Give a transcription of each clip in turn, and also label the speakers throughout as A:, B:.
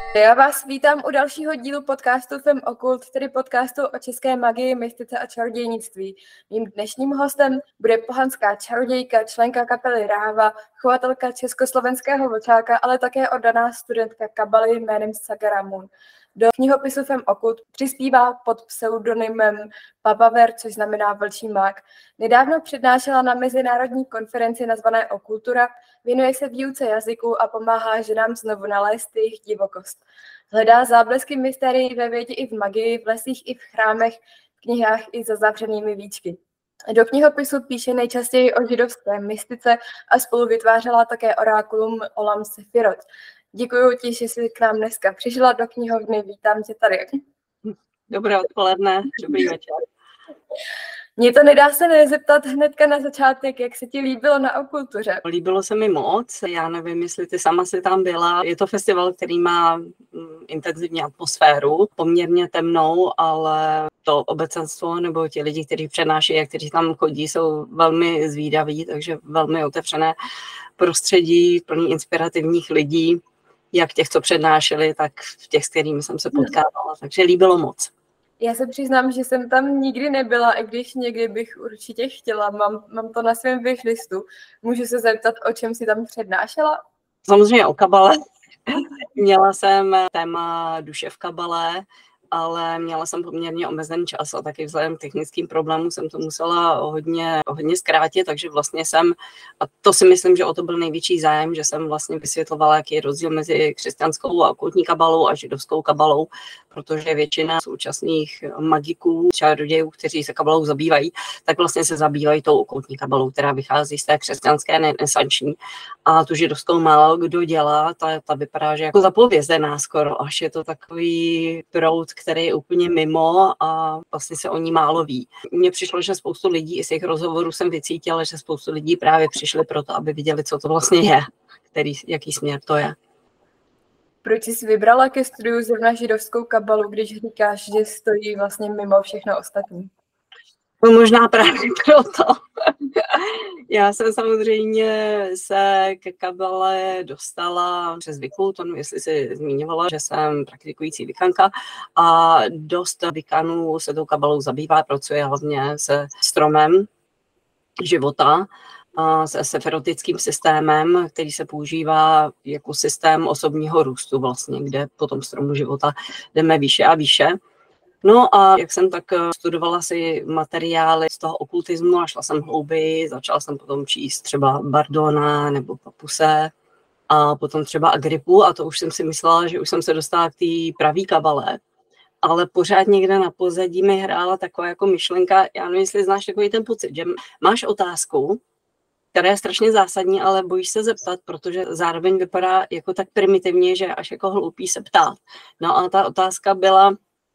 A: Já vás vítám u dalšího dílu podcastu Fem Okult, tedy podcastu o české magii, mystice a čarodějnictví. Mým dnešním hostem bude pohanská čarodějka, členka kapely Ráva, chovatelka československého vlčáka, ale také oddaná studentka kabaly jménem Saga Moon. Do knihopisu Fem Okult přispívá pod pseudonymem Papaver, což znamená vlčí mák. Nedávno přednášela na mezinárodní konferenci nazvané Okultura, věnuje se výuce jazyků a pomáhá ženám znovu nalézt jejich divokost. Hledá záblesky mystérií ve vědě i v magii, v lesích i v chrámech, v knihách i za zavřenými víčky. Do knihopisu píše nejčastěji o židovské mystice a spolu vytvářela také orákulum Olam Sefirot. Děkuji ti, že jsi k nám dneska přišla do knihovny. Vítám tě tady.
B: Dobré odpoledne, dobrý večer.
A: Mně to nedá se nezeptat hnedka na začátek, jak se ti líbilo na Okultuře.
B: Líbilo se mi moc, já nevím, jestli ty sama si tam byla. Je to festival, který má intenzivní atmosféru, poměrně temnou, ale to obecenstvo nebo ti lidi, kteří přednáší a kteří tam chodí, jsou velmi zvídaví, takže velmi otevřené prostředí, plný inspirativních lidí, jak těch, co přednášeli, tak těch, s kterými jsem se potkávala, takže líbilo moc.
A: Já se přiznám, že jsem tam nikdy nebyla, i když někdy bych určitě chtěla. Mám to na svém wishlistu. Můžu se zeptat, o čem jsi tam přednášela?
B: Samozřejmě o kabale. Měla jsem téma duše v kabale, ale měla jsem poměrně omezený čas a taky vzhledem k technickým problémům jsem to musela hodně zkrátit, takže vlastně a to si myslím, že o to byl největší zájem, že jsem vlastně vysvětlovala, jaký je rozdíl mezi křesťanskou a okultní kabalou a židovskou kabalou, protože většina současných magiků, čarodějů, kteří se kabalou zabývají, tak vlastně se zabývají tou okultní kabalou, která vychází z té křesťanské renesanční. A tu židovskou málo kdo dělá, ta vypadá, že jako zapovězdená skoro, až je to takový proud, který je úplně mimo a vlastně se o ní málo ví. Mně přišlo, že spoustu lidí, i z těch rozhovorů jsem vycítila, že spoustu lidí právě přišli proto, aby viděli, co to vlastně je, jaký směr to je.
A: Proč jsi vybrala ke studiu zrovna židovskou kabalu, když říkáš, že stojí vlastně mimo všechno ostatní?
B: No možná právě proto. Já jsem samozřejmě se ke kabale dostala přes Viku, to jestli jsi zmiňovala, že jsem praktikující vikanka a dost vikanů se tou kabalou zabývá, pracuje hlavně se stromem života, se seferotickým systémem, který se používá jako systém osobního růstu vlastně, kde po tom stromu života jdeme výše a výše. No a jak jsem tak studovala si materiály z toho okultismu a šla jsem hlouběji, začala jsem potom číst třeba Bardona nebo Papuse a potom třeba Agrippu a to už jsem si myslela, že už jsem se dostala k té pravý kabale, ale pořád někde na pozadí mi hrála taková jako myšlenka, já nevím, jestli znáš takový ten pocit, že máš otázku, která je strašně zásadní, ale bojíš se zeptat, protože zároveň vypadá jako tak primitivně, že až jako hloupý se ptát. No a ta otázka byla,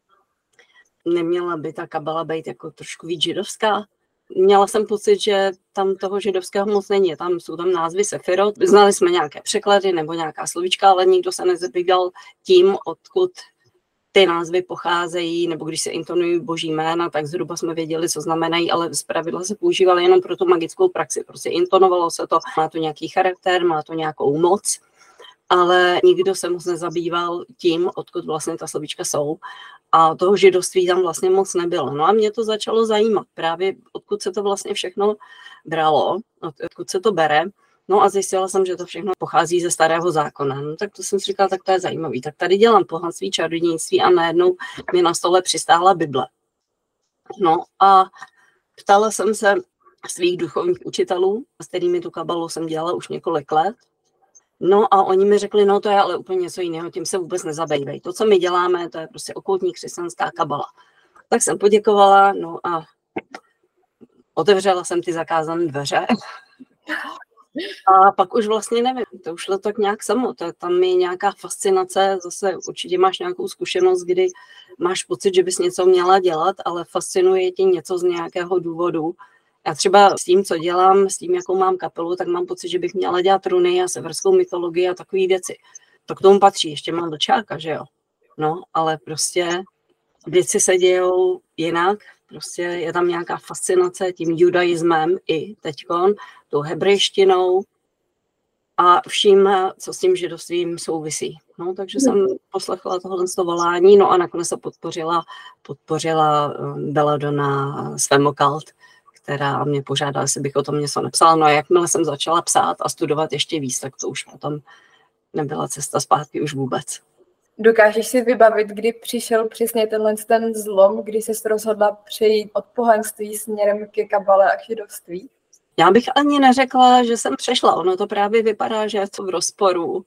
B: neměla by ta kabala být jako trošku víc židovská? Měla jsem pocit, že tam toho židovského moc není. Jsou tam názvy Sefirot. Znali jsme nějaké překlady nebo nějaká slovíčka, ale nikdo se nezabýval tím, odkud ty názvy pocházejí, nebo když se intonují boží jména, tak zhruba jsme věděli, co znamenají, ale zpravidla se používaly jenom pro tu magickou praxi. Prostě intonovalo se to, má to nějaký charakter, má to nějakou moc, ale nikdo se moc nezabýval tím, odkud vlastně ta slovíčka jsou. A toho židovství tam vlastně moc nebylo. No a mě to začalo zajímat právě, odkud se to vlastně všechno bralo, odkud se to bere. No a zjistila jsem, že to všechno pochází ze Starého zákona. No tak to jsem si říkala, tak to je zajímavý. Tak tady dělám pohanství, čarodějnictví a najednou mě na stole přistála Bible. No a ptala jsem se svých duchovních učitelů, s kterými tu kabalu jsem dělala už několik let. No a oni mi řekli, no to je ale úplně něco jiného, tím se vůbec nezabývají. To, co my děláme, to je prostě okultní křesťanská kabala. Tak jsem poděkovala, no a otevřela jsem ty zakázané dveře. A pak už vlastně nevím, to už šlo tak nějak samo, tam je nějaká fascinace, zase určitě máš nějakou zkušenost, kdy máš pocit, že bys něco měla dělat, ale fascinuje tě něco z nějakého důvodu. Já třeba s tím, co dělám, s tím, jakou mám kapelu, tak mám pocit, že bych měla dělat runy a severskou mytologii a takové věci. To k tomu patří, ještě mám vlčáka, že jo. No, ale prostě věci se dějou jinak, prostě je tam nějaká fascinace tím judaismem i teďkon, tou hebrejštinou a vším, co s tím židovstvím souvisí. No, takže jsem poslechla tohle volání, no a nakonec se podpořila Belladonna Svemokalt, která mě požádala, jestli bych o tom něco napsala. No a jakmile jsem začala psát a studovat ještě víc, tak to už potom nebyla cesta zpátky už vůbec.
A: Dokážeš si vybavit, kdy přišel přesně ten zlom, kdy jsi rozhodla přejít od pohanství směrem ke kabale a k židovství?
B: Já bych ani neřekla, že jsem přešla. Ono to právě vypadá, že je to v rozporu.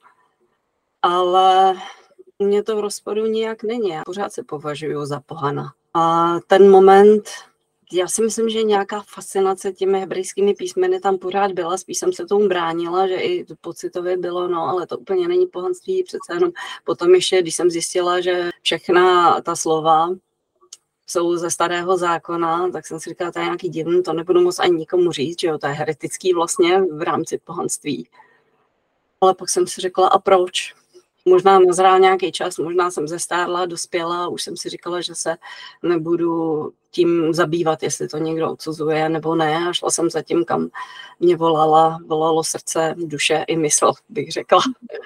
B: Ale mě to v rozporu nijak není. Já pořád se považuji za pohana. A ten moment, já si myslím, že nějaká fascinace těmi hebrejskými písmeny tam pořád byla. Spíš jsem se tomu bránila, že i pocitově bylo, no ale to úplně není pohanství. Přece jenom potom ještě, když jsem zjistila, že všechna ta slova jsou ze Starého zákona, tak jsem si říkala, to je nějaký divný, to nebudu moc ani nikomu říct, že jo, to je heretický vlastně v rámci pohanství. Ale pak jsem si řekla, a proč? Možná nazrál nějaký čas, možná jsem zestárla, dospěla, už jsem si říkala, že se nebudu tím zabývat, jestli to někdo odsuzuje nebo ne. A šla jsem za tím, kam mě volalo srdce, duše i mysl, bych řekla.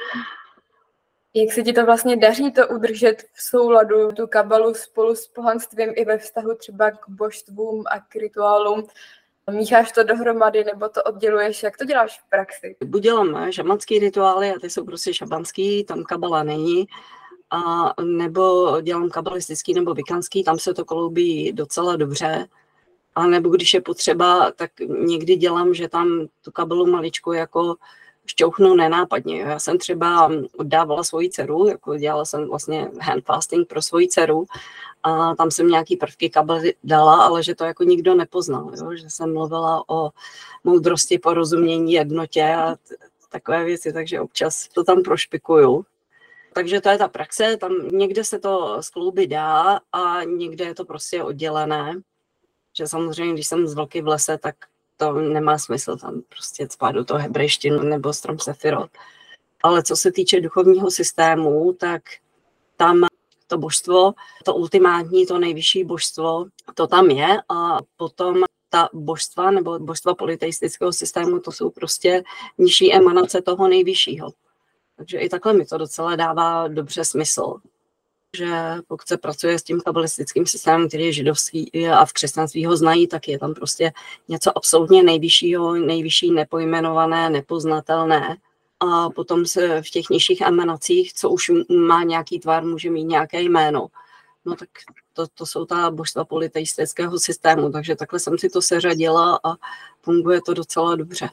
A: Jak se ti to vlastně daří to udržet v souladu, tu kabalu spolu s pohanstvím i ve vztahu třeba k božstvům a k rituálům? Mícháš to dohromady nebo to odděluješ? Jak to děláš v praxi?
B: Buď dělám šamanský rituály a ty jsou prostě šamanský, tam kabala není, a nebo dělám kabalistický nebo vikanský, tam se to kloubí docela dobře. A nebo když je potřeba, tak někdy dělám, že tam tu kabalu maličku jako šťouchnu nenápadně. Já jsem třeba oddávala svoji dceru, jako dělala jsem vlastně handfasting pro svoji dceru a tam jsem nějaký prvky kabaly dala, ale že to jako nikdo nepoznal, jo? Že jsem mluvila o moudrosti, porozumění, jednotě a takové věci, takže občas to tam prošpikuju. Takže to je ta praxe, tam někde se to skloubit dá a někde je to prostě oddělené. Že samozřejmě, když jsem z vlky v lese, tak to nemá smysl tam prostě cpát do toho hebrejštinu nebo strom sefirot. Ale co se týče duchovního systému, tak tam to božstvo, to ultimátní, to nejvyšší božstvo, to tam je a potom ta božstva nebo božstva polyteistického systému, to jsou prostě nižší emanace toho nejvyššího. Takže i takhle mi to docela dává dobře smysl. Že pokud se pracuje s tím kabalistickým systémem, který je židovský a v křesťanství ho znají, tak je tam prostě něco absolutně nejvyššího, nejvyšší nepojmenované, nepoznatelné. A potom se v těch nižších emanacích, co už má nějaký tvar, může mít nějaké jméno. No tak to jsou ta božstva polyteistického systému, takže takhle jsem si to seřadila a funguje to docela dobře.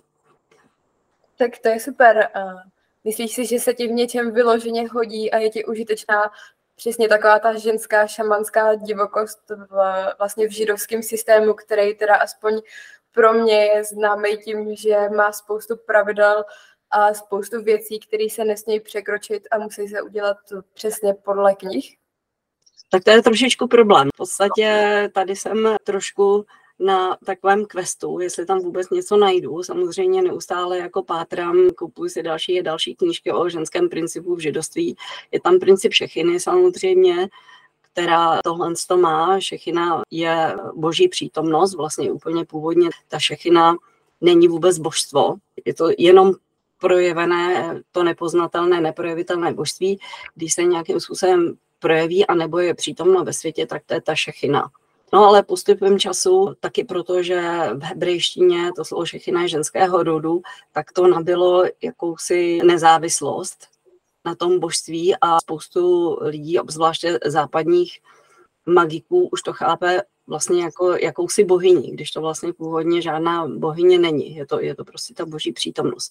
A: Tak to je super. Myslíš si, že se ti v něčem vyloženě hodí a je ti užitečná přesně taková ta ženská šamanská divokost vlastně v židovském systému, který teda aspoň pro mě je známý tím, že má spoustu pravidel a spoustu věcí, které se nesmějí překročit a musí se udělat přesně podle knih?
B: Tak to je trošičku problém. V podstatě tady jsem trošku na takovém questu, jestli tam vůbec něco najdu. Samozřejmě neustále jako pátrám, kupuji si další knížky o ženském principu v židovství. Je tam princip šechiny samozřejmě, která tohle má. Šechina je boží přítomnost, vlastně úplně původně ta šechina není vůbec božstvo. Je to jenom projevené, to nepoznatelné, neprojevitelné božství, když se nějakým způsobem projeví a nebo je přítomno ve světě, tak to je ta šechina. No ale postupem času, taky proto, že v hebrejštině to slovo šechina je ženského rodu, tak to nabylo jakousi nezávislost na tom božství a spoustu lidí, obzvláště západních magiků, už to chápe vlastně jako jakousi bohyni, když to vlastně původně žádná bohyně není. Je to prostě ta boží přítomnost.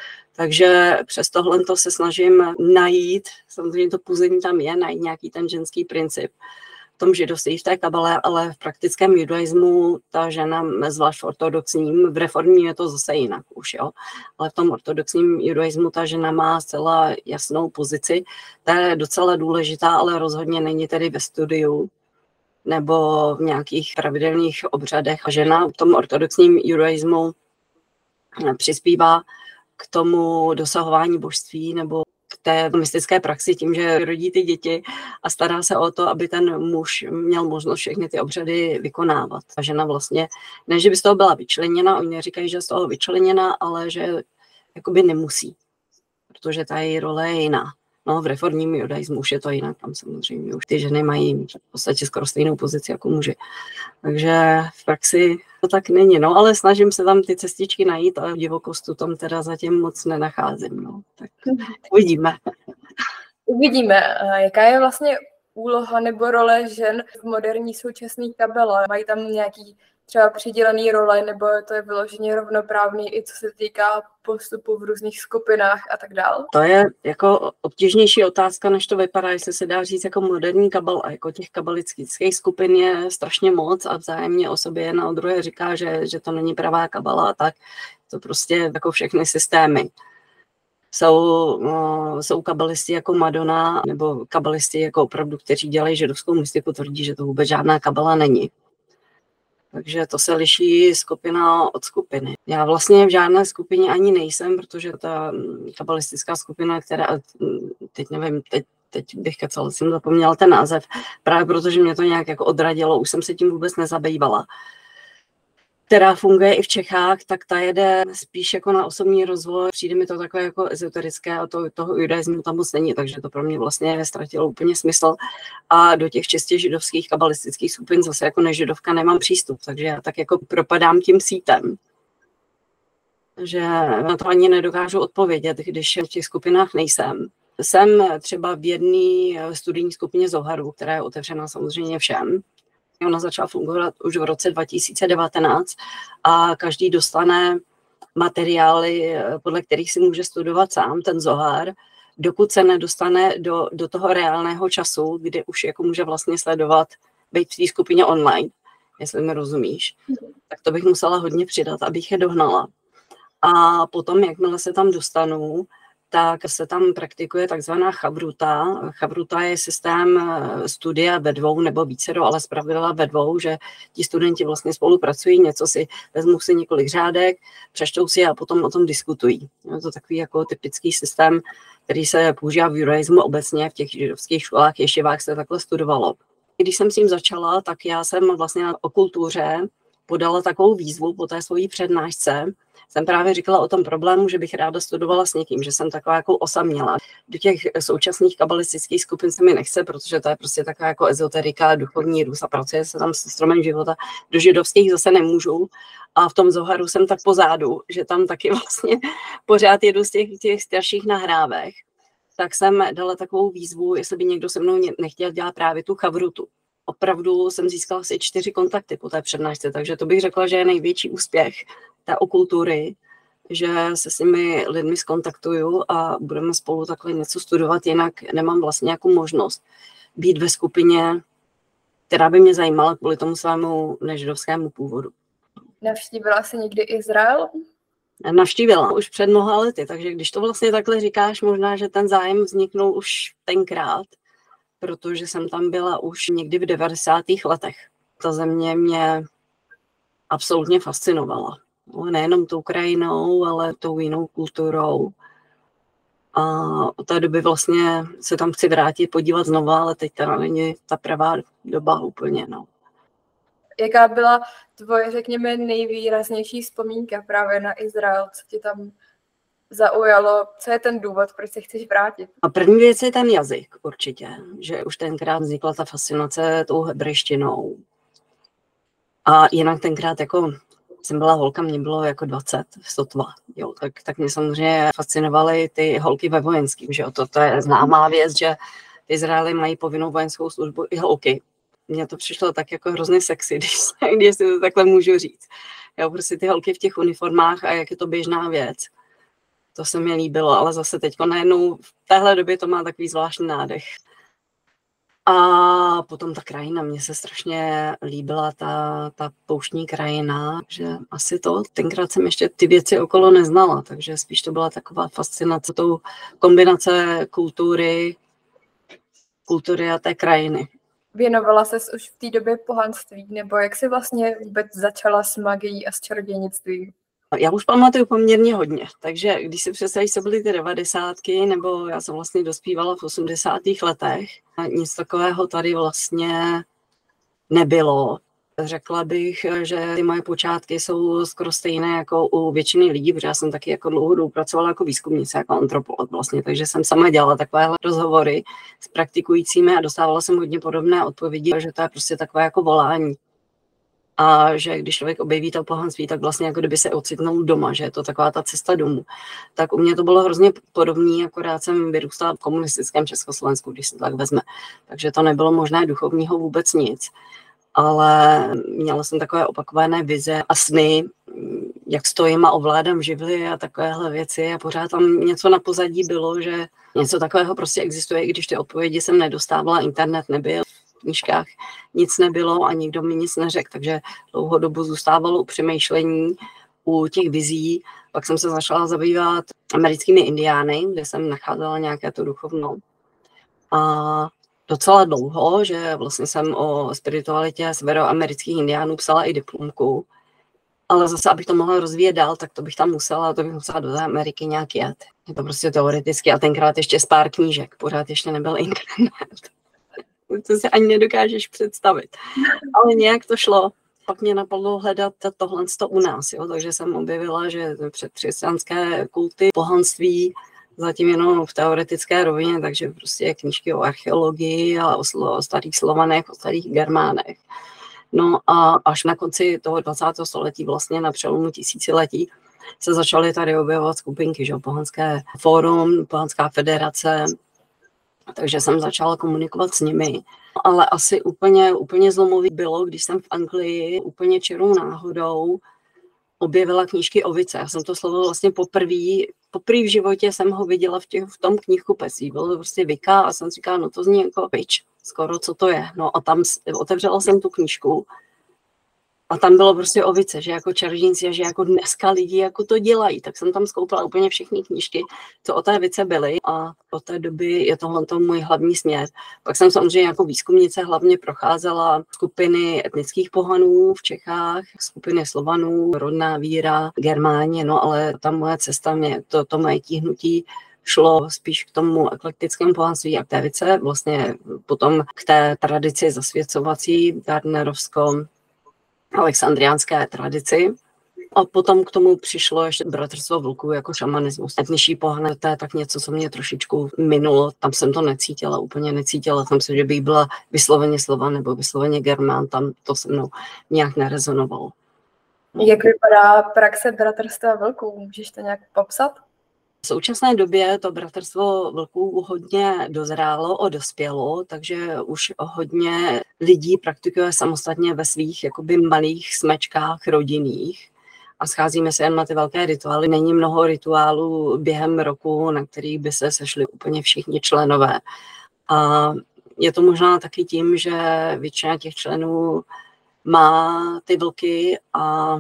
B: Takže přes tohle se snažím najít, samozřejmě to puzení tam je, najít nějaký ten ženský princip v tom židovství, v té kabale, ale v praktickém judaismu ta žena, zvlášť v ortodoxním, v reformním je to zase jinak už, jo. Ale v tom ortodoxním judaismu ta žena má zcela jasnou pozici, ta je docela důležitá, ale rozhodně není tedy ve studiu nebo v nějakých pravidelných obřadech. A žena v tom ortodoxním judaismu přispívá k tomu dosahování božství nebo k té mystické praxi tím, že rodí ty děti a stará se o to, aby ten muž měl možnost všechny ty obřady vykonávat. A žena vlastně, ne, že by z toho byla vyčleněna, oni neříkají, že je z toho vyčleněna, ale že jakoby nemusí, protože ta její role je jiná. No, v reformním judaismu už je to jinak, tam samozřejmě už ty ženy mají v podstatě skoro stejnou pozici jako muži. Takže v praxi to tak není, no, ale snažím se tam ty cestičky najít a divokostu tam teda zatím moc nenacházím, no, tak uvidíme.
A: Uvidíme, jaká je vlastně úloha nebo role žen v moderní současné kabele. Mají tam nějaký třeba přidělený role, nebo to je vyloženě rovnoprávný, i co se týká postupu v různých skupinách a tak dále?
B: To je jako obtížnější otázka, než to vypadá, jestli se dá říct jako moderní kabal, a jako těch kabalistických skupin je strašně moc a vzájemně o sobě jedna o druhé říká, že to není pravá kabala a tak. To prostě jako všechny systémy. Jsou kabalisti jako Madonna, nebo kabalisti jako opravdu, kteří dělají židovskou mystiku, tvrdí, že to vůbec žádná kabala není. Takže to se liší skupina od skupiny. Já vlastně v žádné skupině ani nejsem, protože ta kabalistická skupina, která, teď nevím, teď bych kecala, jsem zapomněla ten název, právě protože mě to nějak jako odradilo, už jsem se tím vůbec nezabývala, která funguje i v Čechách, tak ta jede spíš jako na osobní rozvoj. Přijde mi to takové jako ezoterické a toho judaismu tam moc není, takže to pro mě vlastně ztratilo úplně smysl. A do těch čistě židovských kabalistických skupin zase jako nežidovka nemám přístup, takže já tak jako propadám tím sítem. Že na to ani nedokážu odpovědět, když v těch skupinách nejsem. Jsem třeba v jedné studijní skupině Zoharu, která je otevřená samozřejmě všem. Ona začala fungovat už v roce 2019 a každý dostane materiály, podle kterých si může studovat sám ten Zohar, dokud se nedostane do toho reálného času, kdy už jako může vlastně sledovat, být v té skupině online, jestli mi rozumíš. Tak to bych musela hodně přidat, abych je dohnala. A potom, jakmile se tam dostanu, tak se tam praktikuje takzvaná chavruta. Chavruta je systém studia ve dvou nebo vícero, ale zpravidla ve dvou, že ti studenti vlastně spolupracují, něco si vezmou si několik řádek, přečtou si a potom o tom diskutují. Je to takový jako typický systém, který se používá v judaismu obecně, v těch židovských školách, ješivách se takhle studovalo. Když jsem s tím začala, tak já jsem vlastně o kultuře podala takovou výzvu po té svojí přednášce. Jsem právě říkala o tom problému, že bych ráda studovala s někým, že jsem taková jako osamělá. Do těch současných kabalistických skupin se mi nechce, protože to je prostě taková jako ezoterika, duchovní růst a pracuje se tam s stromem života. Do židovských zase nemůžu. A v tom Zoharu jsem tak pozadu, že tam taky vlastně pořád jedu z těch starších nahrávek. Tak jsem dala takovou výzvu, jestli by někdo se mnou nechtěl dělat právě tu chavrutu. Opravdu jsem získala asi 4 kontakty po té přednášce, takže to bych řekla, že je největší úspěch té okultury, že se s těmi lidmi skontaktuju a budeme spolu takhle něco studovat, jinak nemám vlastně jako možnost být ve skupině, která by mě zajímala kvůli tomu svému nežidovskému původu.
A: Navštívila jsi někdy Izrael?
B: Navštívila už před mnoha lety, takže když to vlastně takhle říkáš, možná, že ten zájem vzniknul už tenkrát, protože jsem tam byla už někdy v 90. letech. Ta země mě absolutně fascinovala. Nejenom tou krajinou, ale tou jinou kulturou. A od té doby vlastně se tam chci vrátit, podívat znova, ale teď teda není ta pravá doba úplně. No.
A: Jaká byla tvoje, řekněme, nejvýraznější vzpomínka právě na Izrael? Co ti tam zaujalo? Co je ten důvod, proč se chceš vrátit?
B: A první věc je ten jazyk určitě, že už tenkrát vznikla ta fascinace tou hebrejštinou. A jinak tenkrát jako jsem byla holka, mě bylo jako 20, sotva, jo, tak mě samozřejmě fascinovaly ty holky ve vojenském, že jo, to je známá věc, že v Izraeli mají povinnou vojenskou službu i holky. Mně to přišlo tak jako hrozně sexy, když si to takhle můžu říct. Jo, prostě ty holky v těch uniformách a jak je to běžná věc. To se mi líbilo, ale zase teďko najednou v téhle době to má takový zvláštní nádech. A potom ta krajina, mně se strašně líbila ta pouštní krajina, že asi to, tenkrát jsem ještě ty věci okolo neznala, takže spíš to byla taková fascinace tou kombinace kultury a té krajiny.
A: Věnovala ses už v té době pohanství, nebo jak jsi vlastně vůbec začala s magií a s čarodějnictvím?
B: Já už pamatuju poměrně hodně, takže když si představíš, co byly ty 90, nebo já jsem vlastně dospívala v 80. letech, nic takového tady vlastně nebylo. Řekla bych, že ty moje počátky jsou skoro stejné jako u většiny lidí, protože já jsem taky jako dlouho pracovala jako výzkumnice, jako antropolog vlastně, takže jsem sama dělala takovéhle rozhovory s praktikujícími a dostávala jsem hodně podobné odpovědi, že to je prostě takové jako volání. A že když člověk objeví to pohanství, tak vlastně jako kdyby se ocitnul doma, že je to taková ta cesta domů. Tak u mě to bylo hrozně podobné, akorát jsem vyrůstala v komunistickém Československu, když se to tak vezme. Takže to nebylo možné duchovního vůbec nic. Ale měla jsem takové opakované vize a sny, jak stojím a ovládám živly a takovéhle věci a pořád tam něco na pozadí bylo, že něco takového prostě existuje, i když ty odpovědi jsem nedostávala, internet nebyl, v knížkách nic nebylo a nikdo mi nic neřekl, takže dlouhou dobu zůstávalo u přemýšlení, u těch vizí. Pak jsem se začala zabývat americkými indiány, kde jsem nacházela nějaké to duchovno. A docela dlouho, že vlastně jsem o spiritualitě severoamerických indiánů psala i diplomku, ale zase, abych to mohla rozvíjet dál, tak to bych tam musela do Ameriky nějak jet. Je to prostě teoreticky a tenkrát ještě z pár knížek, pořád ještě nebyl internet. To si ani nedokážeš představit. Ale nějak to šlo. Pak mě napadlo hledat tohle u nás, jo? Takže jsem objevila, že předkřesťanské kulty, pohanství, zatím jenom v teoretické rovině, takže prostě knížky o archeologii a o starých Slovanech, o starých Germánech. No a až na konci toho 20. století, vlastně na přelomu tisíciletí, se začaly tady objevovat skupinky, že Pohanské fórum, Pohanská federace, takže jsem začala komunikovat s nimi. Ale asi úplně zlomový bylo, když jsem v Anglii úplně čirou náhodou objevila knížky o vice. Já jsem to slovo vlastně poprvé v životě jsem ho viděla v tom knihkupectví. Bylo to prostě Vika a jsem říkala, no to zní jako pič, skoro co to je. No a tam otevřela jsem tu knížku a tam bylo prostě o vice, že jako čarodějnici a že jako dneska lidi jako to dělají. Tak jsem tam skoupila úplně všechny knížky, co o té vice byly a od té doby je tohle můj hlavní směr. Pak jsem samozřejmě jako výzkumnice hlavně procházela skupiny etnických pohanů v Čechách, skupiny Slovanů, rodná víra, Germánie, no ale ta moje cesta, to moje tíhnutí šlo spíš k tomu eklektickému pohanství a k té vice, vlastně potom k té tradici zasvěcovací, gardnerovskou, alexandriánské tradici. A potom k tomu přišlo ještě bratrstvo vlků jako šamanismus. Etničtí pohané, to je tak něco, co mě trošičku minulo. Tam jsem to úplně necítila. Tam se, že bych byla vysloveně Slova nebo vysloveně Germán, tam to se mnou nějak nerezonovalo.
A: Jak vypadá praxe bratrstva vlků? Můžeš to nějak popsat?
B: V současné době to bratrstvo vlků hodně dozrálo, dospělo, takže už hodně lidí praktikuje samostatně ve svých jakoby malých smečkách rodinných a scházíme se jen na ty velké rituály. Není mnoho rituálů během roku, na kterých by se sešli úplně všichni členové. A je to možná taky tím, že většina těch členů má ty vlky a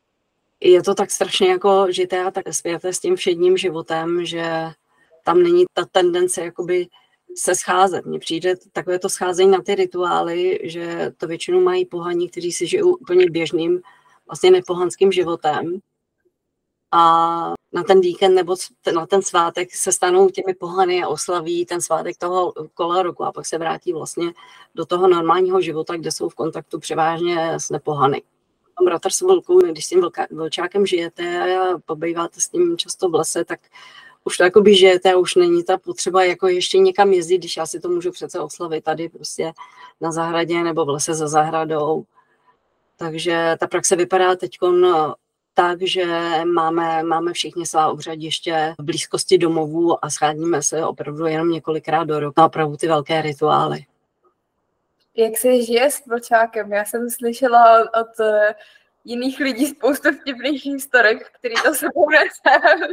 B: je to tak strašně jako žité a tak spjaté s tím všedním životem, že tam není ta tendence jakoby se scházet. Mně přijde takové to scházení na ty rituály, že to většinou mají pohaní, kteří si žijou úplně běžným, vlastně nepohanským životem. A na ten víkend nebo na ten svátek se stanou těmi pohany a oslaví ten svátek toho kola roku a pak se vrátí vlastně do toho normálního života, kde jsou v kontaktu převážně s nepohany. Bratrstvo vlků, když s tím vlčákem žijete a pobýváte s tím často v lese, tak už to jakoby žijete a už není ta potřeba jako ještě někam jezdit, když já si to můžu přece oslavit tady prostě na zahradě nebo v lese za zahradou. Takže ta praxe vypadá teď tak, že máme všichni svá obřadiště v blízkosti domovů a scházíme se opravdu jenom několikrát do roku na opravdu ty velké rituály.
A: Jak se žije s vlčákem? Já jsem slyšela od jiných lidí spoustu vtipných historek, který to sebou nese.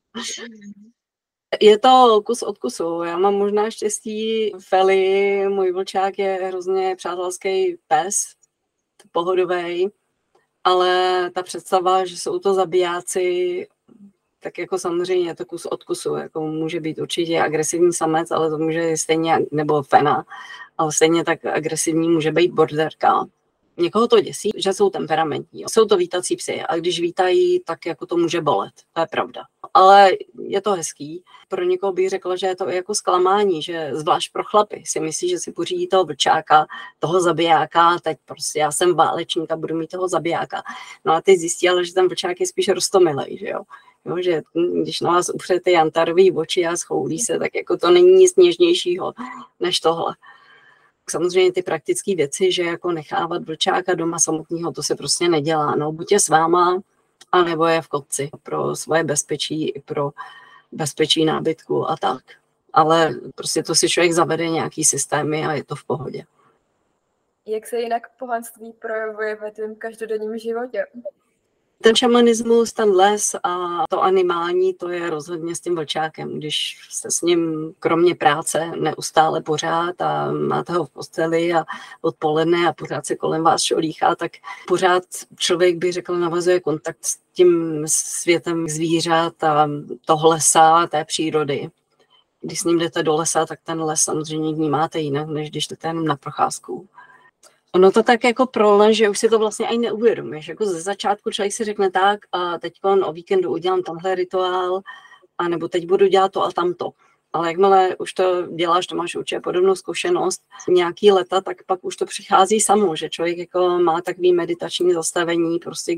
B: Je to kus od kusu. Já mám možná štěstí. Feli, můj vlčák, je hrozně přátelský pes, pohodový, ale ta představa, že jsou to zabijáci, tak jako samozřejmě je to kus od kusu. Jako může být určitě agresivní samec, ale to může stejně, nebo fena, ale stejně tak agresivní může být borderka. Někoho to děsí, že jsou temperamentní. Jsou to vítací psy a když vítají, tak jako to může bolet. To je pravda. Ale je to hezký. Pro někoho bych řekla, že je to jako zklamání, že zvlášť pro chlapy si myslí, že si pořídí toho vlčáka, toho zabijáka, teď prostě já jsem válečník a budu mít toho zabijáka. No a teď zjistí, ale že ten vlčák je spíš roztomilej, že jo. Jo, že když na vás upře ty jantarový oči a schoulí se, tak jako to není nic něžnějšího než tohle. Samozřejmě ty praktické věci, že jako nechávat vlčáka doma samotného, to se prostě nedělá. No, buď je s váma, anebo je v kopci pro svoje bezpečí i pro bezpečí nábytku a tak. Ale prostě to si člověk zavede nějaký systémy a je to v pohodě.
A: Jak se jinak pohanství projevuje ve tvém každodenním životě?
B: Ten šamanismus, ten les a to animální, to je rozhodně s tím vlčákem. Když se s ním kromě práce neustále pořád a máte ho v posteli a odpoledne a pořád se kolem vás šolíchá, tak pořád člověk, by řekl, navazuje kontakt s tím světem zvířat a toho lesa, té přírody. Když s ním jdete do lesa, tak ten les samozřejmě vnímáte jinak, než když jdete jenom na procházku. Ono to tak jako prolne, že už si to vlastně ani neuvědomíš. Jako ze začátku člověk si řekne tak a teď o víkendu udělám tenhle rituál a nebo teď budu dělat to a tamto. Ale jakmile už to děláš, to máš určitě podobnou zkušenost nějaký leta, tak pak už to přichází samo, že člověk jako má takový meditační zastavení, prostě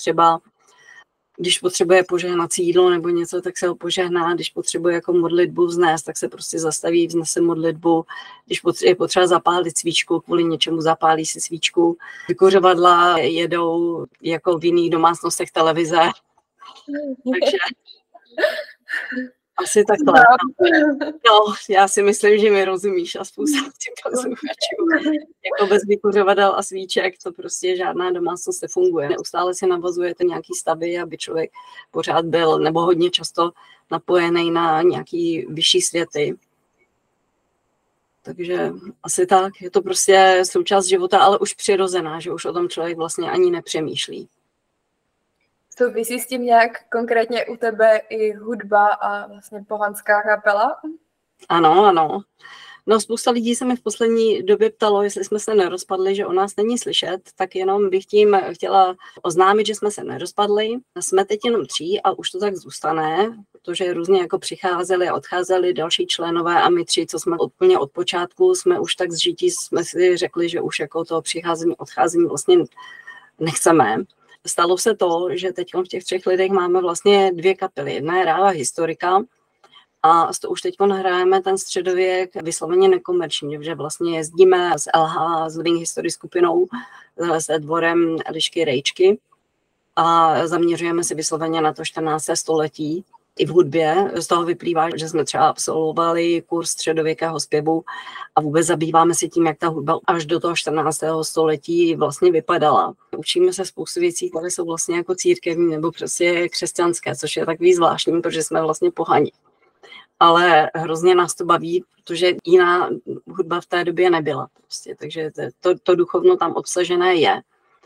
B: když potřebuje požehnat jídlo nebo něco, tak se ho požehná. Když potřebuje jako modlitbu vznést, tak se prostě zastaví, vznese modlitbu. Když je potřeba zapálit svíčku, kvůli něčemu zapálí si svíčku. Vykuřovadla jedou jako v jiných domácnostech televize. Takže asi takhle. No, já si myslím, že mi rozumíš a spousta těch posluchačů. Jako bez vykuřovadel a svíček to prostě žádná domácnost nefunguje. Neustále si navazujete nějaký stavy, aby člověk pořád byl nebo hodně často napojený na nějaký vyšší světy. Takže asi tak. Je to prostě součást života, ale už přirozená, že už o tom člověk vlastně ani nepřemýšlí.
A: Souvisí s tím nějak konkrétně u tebe i hudba a vlastně pohanská kapela?
B: Ano. No, spousta lidí se mi v poslední době ptalo, jestli jsme se nerozpadli, že o nás není slyšet, tak jenom bych tím chtěla oznámit, že jsme se nerozpadli. Jsme teď jenom 3 a už to tak zůstane, protože různě jako přicházeli a odcházeli další členové a my 3, co jsme úplně od počátku, jsme už tak zžití, jsme si řekli, že už jako to přicházení, odcházení vlastně nechceme. Stalo se to, že teď v těch 3 lidech máme vlastně 2 kapely. Jedna je Ráva historika a to už teď hrajeme ten středověk vysloveně nekomerčně, že vlastně jezdíme s LH, s Living History skupinou, s dvorem Elišky Rejčky a zaměřujeme se vysloveně na to 14. století. I v hudbě. Z toho vyplývá, že jsme třeba absolvovali kurz středověkého zpěvu a vůbec zabýváme se tím, jak ta hudba až do toho 14. století vlastně vypadala. Učíme se spoustu věcí, které jsou vlastně jako církevní nebo prostě křesťanské, což je takový zvláštní, protože jsme vlastně pohani. Ale hrozně nás to baví, protože jiná hudba v té době nebyla. Prostě. Takže to duchovno tam obsažené je.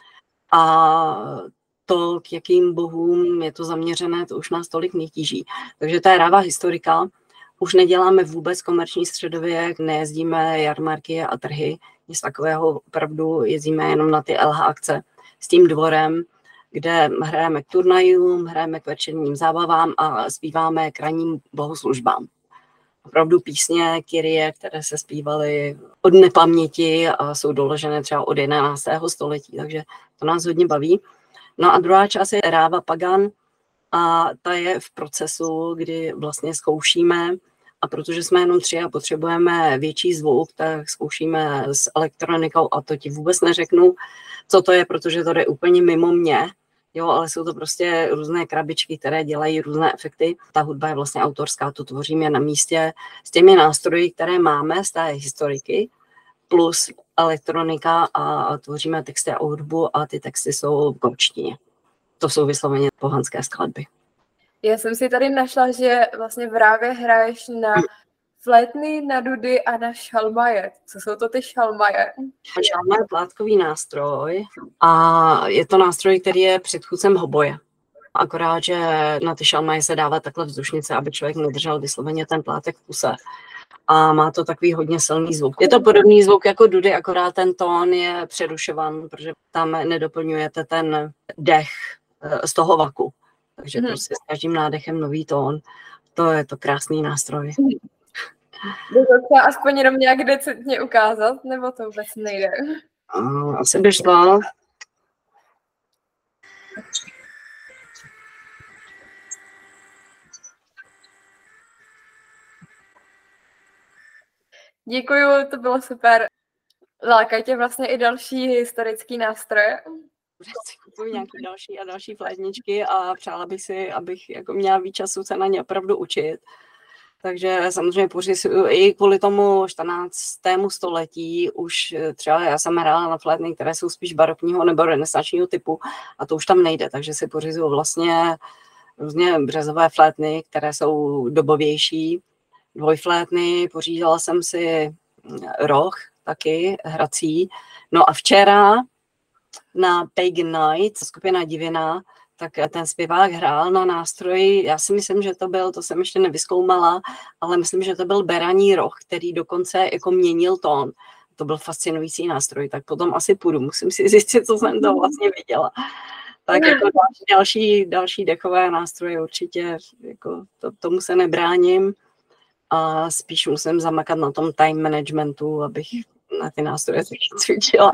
B: A to, k jakým bohům je to zaměřené, to už nás tolik netíží. Takže ta Ráva historika, už neděláme vůbec komerční středověk, nejezdíme jarmarky a trhy, nic takového, opravdu jezdíme jenom na ty LH akce s tím dvorem, kde hrajeme k turnajům, hrajeme k večerním zábavám a zpíváme k ranním bohoslužbám. Opravdu písně Kyrie, které se zpívaly od nepaměti a jsou doložené třeba od 11. století, takže to nás hodně baví. No a druhá část je Ráva Pagan a ta je v procesu, kdy vlastně zkoušíme a protože jsme jenom 3 a potřebujeme větší zvuk, tak zkoušíme s elektronikou a to ti vůbec neřeknu, co to je, protože to jde úplně mimo mě, jo, ale jsou to prostě různé krabičky, které dělají různé efekty. Ta hudba je vlastně autorská, tu tvoříme na místě s těmi nástroji, které máme z té historiky, plus elektronika a tvoříme texty a hudbu a ty texty jsou v gotštině. To jsou vysloveně pohanské skladby.
A: Já jsem si tady našla, že vlastně v Rávě hraješ na flétny, na dudy a na šalmaje. Co jsou to ty šalmaje?
B: Šalma je plátkový nástroj a je to nástroj, který je předchůdcem hoboje. Akorát, že na ty šalmaje se dává takhle vzdušnice, aby člověk nedržel vysloveně ten plátek v kuse. a má to takový hodně silný zvuk. Je to podobný zvuk jako dudy, akorát ten tón je přerušovan, protože tam nedoplňujete ten dech z toho vaku. Takže prostě s každým nádechem nový tón. To je to krásný nástroj.
A: Jde to třeba aspoň jenom nějak decentně ukázat, nebo to vůbec nejde?
B: Asi by šlo.
A: Děkuju, to bylo super. Lákají tě vlastně i další historický nástroje?
B: Si kupuju nějaké další a další flétničky a přála bych si, abych jako měla víc času se na ně opravdu učit. Takže samozřejmě pořizuju i kvůli tomu 14. století už třeba já jsem hrála na flétny, které jsou spíš barokního nebo renesančního typu a to už tam nejde, takže si pořizuju vlastně různě březové flétny, které jsou dobovější, dvojflétny, pořídila jsem si roh taky hrací. No a včera na Pagan Night, skupina Divina, tak ten zpěvák hrál na nástroji, já si myslím, že to jsem ještě nevyzkoumala, ale myslím, že to byl beraní roh, který dokonce jako měnil tón. To byl fascinující nástroj, tak potom asi půjdu, musím si zjistit, co jsem to vlastně viděla. Tak jako další dechové nástroje určitě, jako tomu se nebráním a spíš musím zamakat na tom time managementu, abych na ty nástroje cvičila.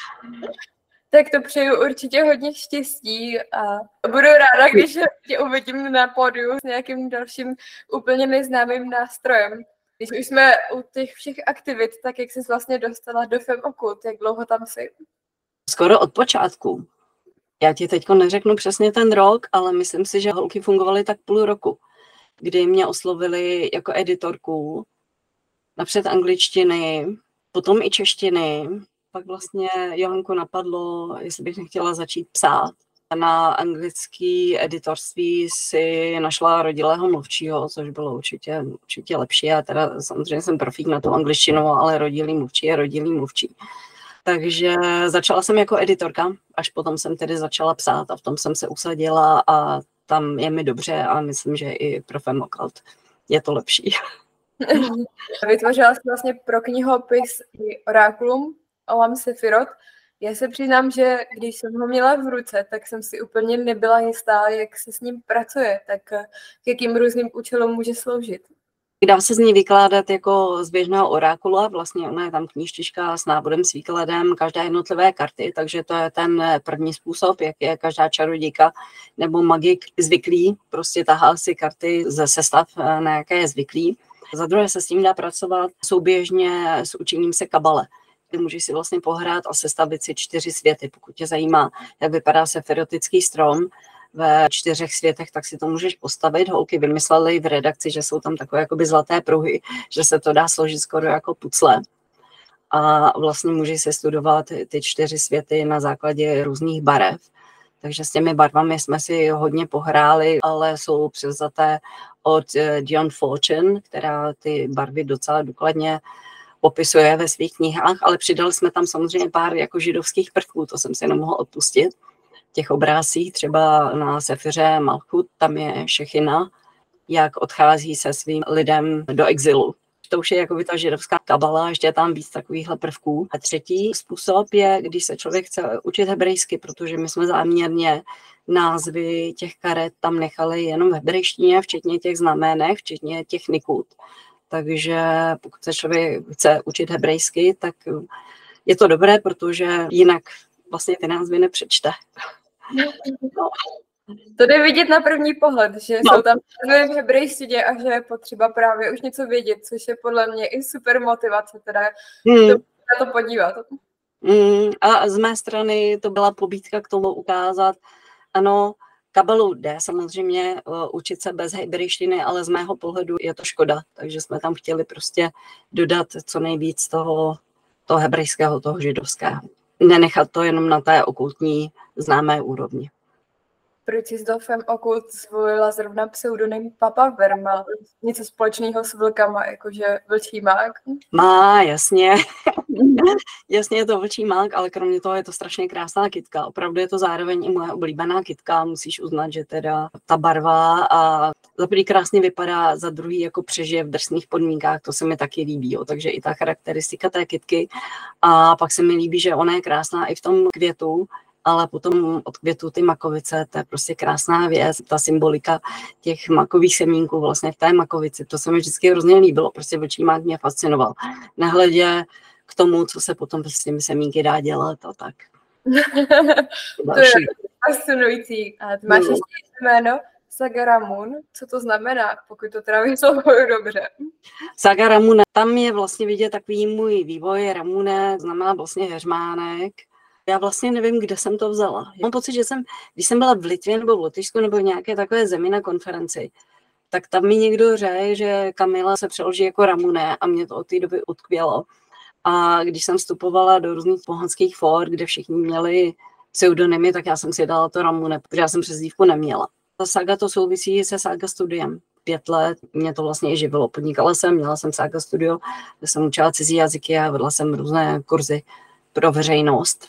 A: Tak to přeju určitě hodně štěstí a budu ráda, když tě uvidím na pódiu s nějakým dalším úplně neznámým nástrojem. Když už jsme u těch všech aktivit, tak jak jsi vlastně dostala do Femme Ocult, jak dlouho tam jsi?
B: Skoro od počátku. Já ti teďko neřeknu přesně ten rok, ale myslím si, že holky fungovaly tak půl roku, kdy mě oslovili jako editorku, napřed angličtiny, potom i češtiny. Pak vlastně Johanku napadlo, jestli bych nechtěla začít psát. Na anglický editorství si našla rodilého mluvčího, což bylo určitě lepší. Já teda samozřejmě jsem profík na tu angličtinu, ale rodilý mluvčí je rodilý mluvčí. Takže začala jsem jako editorka, až potom jsem tedy začala psát a v tom jsem se usadila a tam je mi dobře a myslím, že i pro Femme Ocult je to lepší.
A: Vytvořila jsi vlastně pro knihopis i orákulum Olam Sefirot. Já se přiznám, že když jsem ho měla v ruce, tak jsem si úplně nebyla jistá, jak se s ním pracuje, tak k jakým různým účelům může sloužit.
B: Dá se z ní vykládat jako z běžného orákula, vlastně ona je tam knížtička s návodem, s výkladem každé jednotlivé karty, takže to je ten první způsob, jak je každá čarodějka nebo magik zvyklý, prostě tahá si karty ze sestav, na jaké je zvyklý. Za druhé se s tím dá pracovat souběžně s učením se kabale. Ty můžeš si vlastně pohrát a sestavit si 4 světy, pokud tě zajímá, jak vypadá sefirotický strom ve 4 světech, tak si to můžeš postavit. Holky vymyslely v redakci, že jsou tam takové jakoby zlaté pruhy, že se to dá složit skoro jako pucle. A vlastně můžeš se studovat ty 4 světy na základě různých barev. Takže s těmi barvami jsme si hodně pohráli, ale jsou převzaté od Dion Fortune, která ty barvy docela důkladně popisuje ve svých knihách, ale přidali jsme tam samozřejmě pár jako židovských prvků, to jsem si nemohla odpustit. V těch obrázcích třeba na Sefiře Malchut, tam je Šechina, jak odchází se svým lidem do exilu. To už je jako by ta židovská kabala, ještě je tam víc takovýchhle prvků. A třetí způsob je, když se člověk chce učit hebrejsky, protože my jsme záměrně názvy těch karet tam nechali jenom v hebrejštině, včetně těch znamenek, včetně těch nikud. Takže pokud se člověk chce učit hebrejsky, tak je to dobré, protože jinak vlastně ty názvy nepřečte.
A: No. To jde vidět na první pohled, že jsou tam názvy v hebrejštině a že je potřeba právě už něco vědět, což je podle mě i super motivace teda na to podívat.
B: A z mé strany to byla pobídka k tomu ukázat, ano, kabalu jde samozřejmě učit se bez hebrejštiny, ale z mého pohledu je to škoda, takže jsme tam chtěli prostě dodat co nejvíc toho hebrejského, toho židovského. Nenechat to jenom na té okultní známé úrovni.
A: proč jsi do Fem Okult zvolila zrovna pseudonym Papa Verma? Něco společného s vlkama, jakože vlčí mák?
B: Má, jasně. Jasně je to vlčí mák, ale kromě toho je to strašně krásná kytka. Opravdu je to zároveň i moje oblíbená kytka. Musíš uznat, že teda ta barva a za první krásně vypadá, za druhý jako přežije v drsných podmínkách, to se mi taky líbí. Jo. Takže i ta charakteristika té kytky. A pak se mi líbí, že ona je krásná i v tom květu, ale potom od květu ty makovice, to je prostě krásná věc, ta symbolika těch makových semínků vlastně v té makovici, to se mi vždycky hrozně líbilo, prostě vlčí mák mě fascinoval. Nehledě k tomu, co se potom s těmi semínky dá dělat a tak.
A: To je fascinující. A ty máš ještě jméno Saga Ramun, co to znamená, pokud to teda vyslovuju dobře?
B: Saga Ramune, tam je vlastně vidět takový můj vývoj. Ramune znamená vlastně heřmánek. Já vlastně nevím, kde jsem to vzala. Mám pocit, že když jsem byla v Litvě nebo v Lotyšsku nebo v nějaké takové zemi na konferenci, tak tam mi někdo řekl, že Kamila se přeloží jako Ramune a mě to od té doby utkvělo. A když jsem vstupovala do různých pohanských fór, kde všichni měli pseudonymy, tak já jsem si dala to Ramune, protože já jsem přezdívku neměla. Ta saga to souvisí se Saga studiem. 5 let mě to vlastně i živilo. Podnikala jsem, měla jsem Saga studio, kde jsem učila cizí jazyky a vedla jsem různé kurzy pro veřejnost.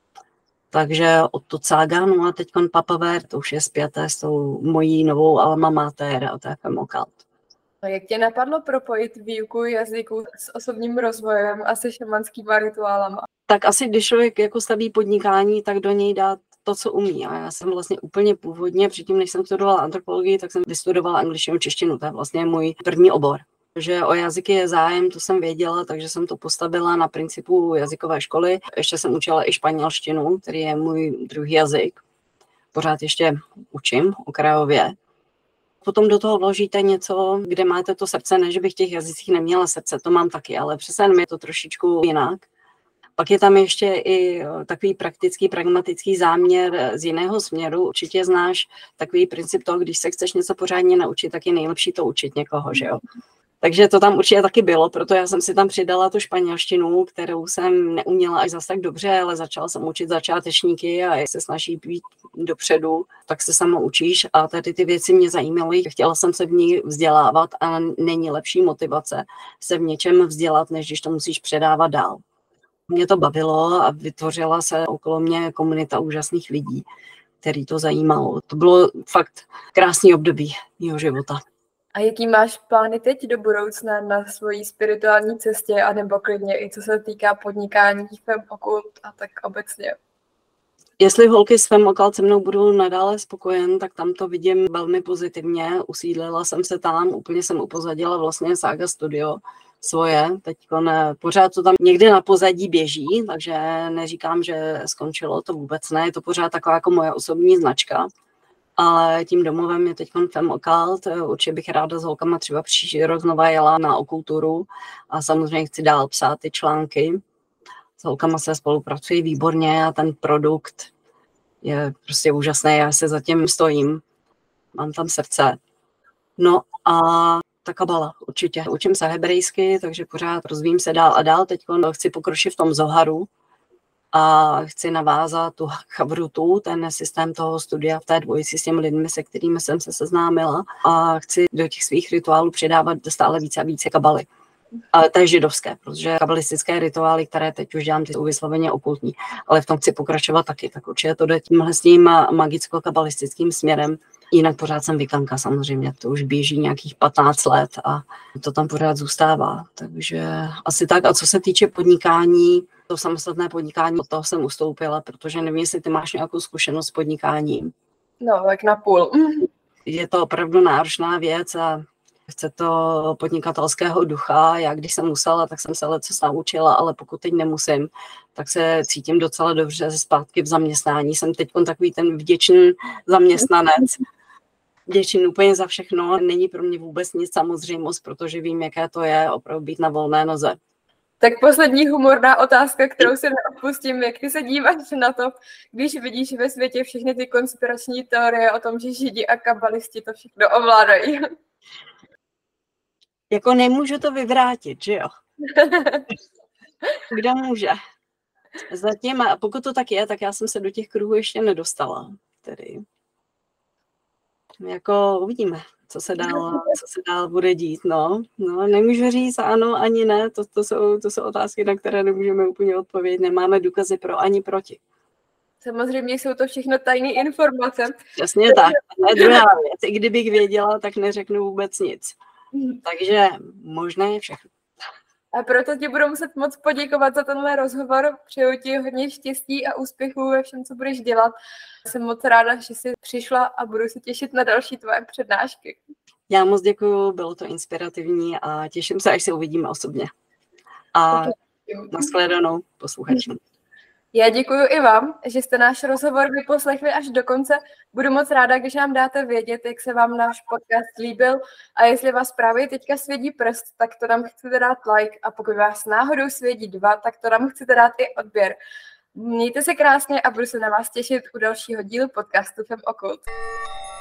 B: Takže odtud Saga, no a teď Papa Ver, to už je zpěté s tou mojí novou alma mater a to je Fem Occult.
A: A jak tě napadlo propojit výuku jazyků s osobním rozvojem a se šamanskýma rituálama?
B: Tak asi, když člověk jako staví podnikání, tak do něj dá to, co umí. A já jsem vlastně úplně původně, předtím, než jsem studovala antropologii, tak jsem vystudovala angličtinu, češtinu. To je vlastně můj první obor. Že o jazyky je zájem, to jsem věděla, takže jsem to postavila na principu jazykové školy. Ještě jsem učila i španělštinu, který je můj druhý jazyk. Pořád ještě učím okrajově. Potom do toho vložíte něco, kde máte to srdce, ne, že bych v těch jazycích neměla srdce, to mám taky, ale přece jenom je to trošičku jinak. Pak je tam ještě i takový praktický, pragmatický záměr z jiného směru. Určitě znáš takový princip toho, když se chceš něco pořádně naučit, tak je nejlepší to učit někoho, že jo. Takže to tam určitě taky bylo, proto já jsem si tam přidala tu španělštinu, kterou jsem neuměla až zas tak dobře, ale začala jsem učit začátečníky a jak se snaží být dopředu, tak se sama učíš a tady ty věci mě zajímaly. Chtěla jsem se v ní vzdělávat a není lepší motivace se v něčem vzdělat, než když to musíš předávat dál. Mě to bavilo a vytvořila se okolo mě komunita úžasných lidí, který to zajímalo. To bylo fakt krásný období mého života.
A: A jaký máš plány teď do budoucna na svojí spirituální cestě, anebo klidně i co se týká podnikání Fem Occult a tak obecně?
B: Jestli holky s Fem Occult se mnou budou nadále spokojen, tak tam to vidím velmi pozitivně. Usídlila jsem se tam, úplně jsem upozadila vlastně Saga Studio svoje. Teď pořád to tam někde na pozadí běží, takže neříkám, že skončilo, to vůbec ne. Je to pořád taková jako moje osobní značka. Ale tím domovem je teď Fem Occult. Určitě bych ráda s holkama třeba příští rok znova jela na okulturu a samozřejmě chci dál psát ty články. S holkama se spolupracují výborně a ten produkt je prostě úžasný. Já se za tím stojím. Mám tam srdce. No a ta kabala určitě. Učím se hebrejsky, takže pořád rozvíjím se dál a dál. Teď chci pokročit v tom Zoharu a chci navázat tu chavrutu, ten systém toho studia v té dvojici s těmi lidmi, se kterými jsem se seznámila a chci do těch svých rituálů přidávat stále více a více kabaly. Ale to je židovské, protože kabalistické rituály, které teď už dělám, ty jsou vysloveně okultní, ale v tom chci pokračovat taky, tak určitě to jde tímhle s tím magicko-kabalistickým směrem. Jinak pořád jsem vykanka samozřejmě, to už běží nějakých 15 let a to tam pořád zůstává, takže asi tak. A co se týče podnikání, to samostatné podnikání, od toho jsem ustoupila, protože nevím, jestli ty máš nějakou zkušenost s podnikáním.
A: No, tak na půl.
B: Je to opravdu náročná věc a chce to podnikatelského ducha. Já když jsem musela, tak jsem se lecos naučila, ale pokud teď nemusím, tak se cítím docela dobře ze zpátky v zaměstnání. Jsem teď takový ten vděčný zaměstnanec. Vděčný úplně za všechno. Není pro mě vůbec nic samozřejmost, protože vím, jaké to je opravdu být na volné noze.
A: Tak poslední humorná otázka, kterou si neodpustím, jak ty se díváš na to, když vidíš ve světě všechny ty konspirační teorie o tom, že židi a kabalisti to všechno ovládají.
B: Jako nemůžu to vyvrátit, že jo? Kdo může? Zatím, pokud to tak je, tak já jsem se do těch kruhů ještě nedostala. Tedy. jako uvidíme, co se dál bude dít, no. Nemůžu říct ano ani ne, to jsou otázky, na které nemůžeme úplně odpovědět, nemáme důkazy pro ani proti.
A: Samozřejmě jsou to všechno tajné informace.
B: Přesně tak, to je druhá věc. I kdybych věděla, tak neřeknu vůbec nic. Takže možná je všechno.
A: A proto ti budu muset moc poděkovat za tenhle rozhovor. Přeju ti hodně štěstí a úspěchů ve všem, co budeš dělat. Jsem moc ráda, že jsi přišla a budu se těšit na další tvoje přednášky.
B: Já moc děkuju, bylo to inspirativní a těším se, až se uvidíme osobně. A nashledanou posluchačům.
A: Já děkuji i vám, že jste náš rozhovor vyposlechli až do konce. Budu moc ráda, když nám dáte vědět, jak se vám náš podcast líbil a jestli vás právě teďka svědí prst, tak to nám chcete dát like a pokud vás náhodou svědí 2, tak to nám chcete dát i odběr. Mějte se krásně a budu se na vás těšit u dalšího dílu podcastu Fem Okult.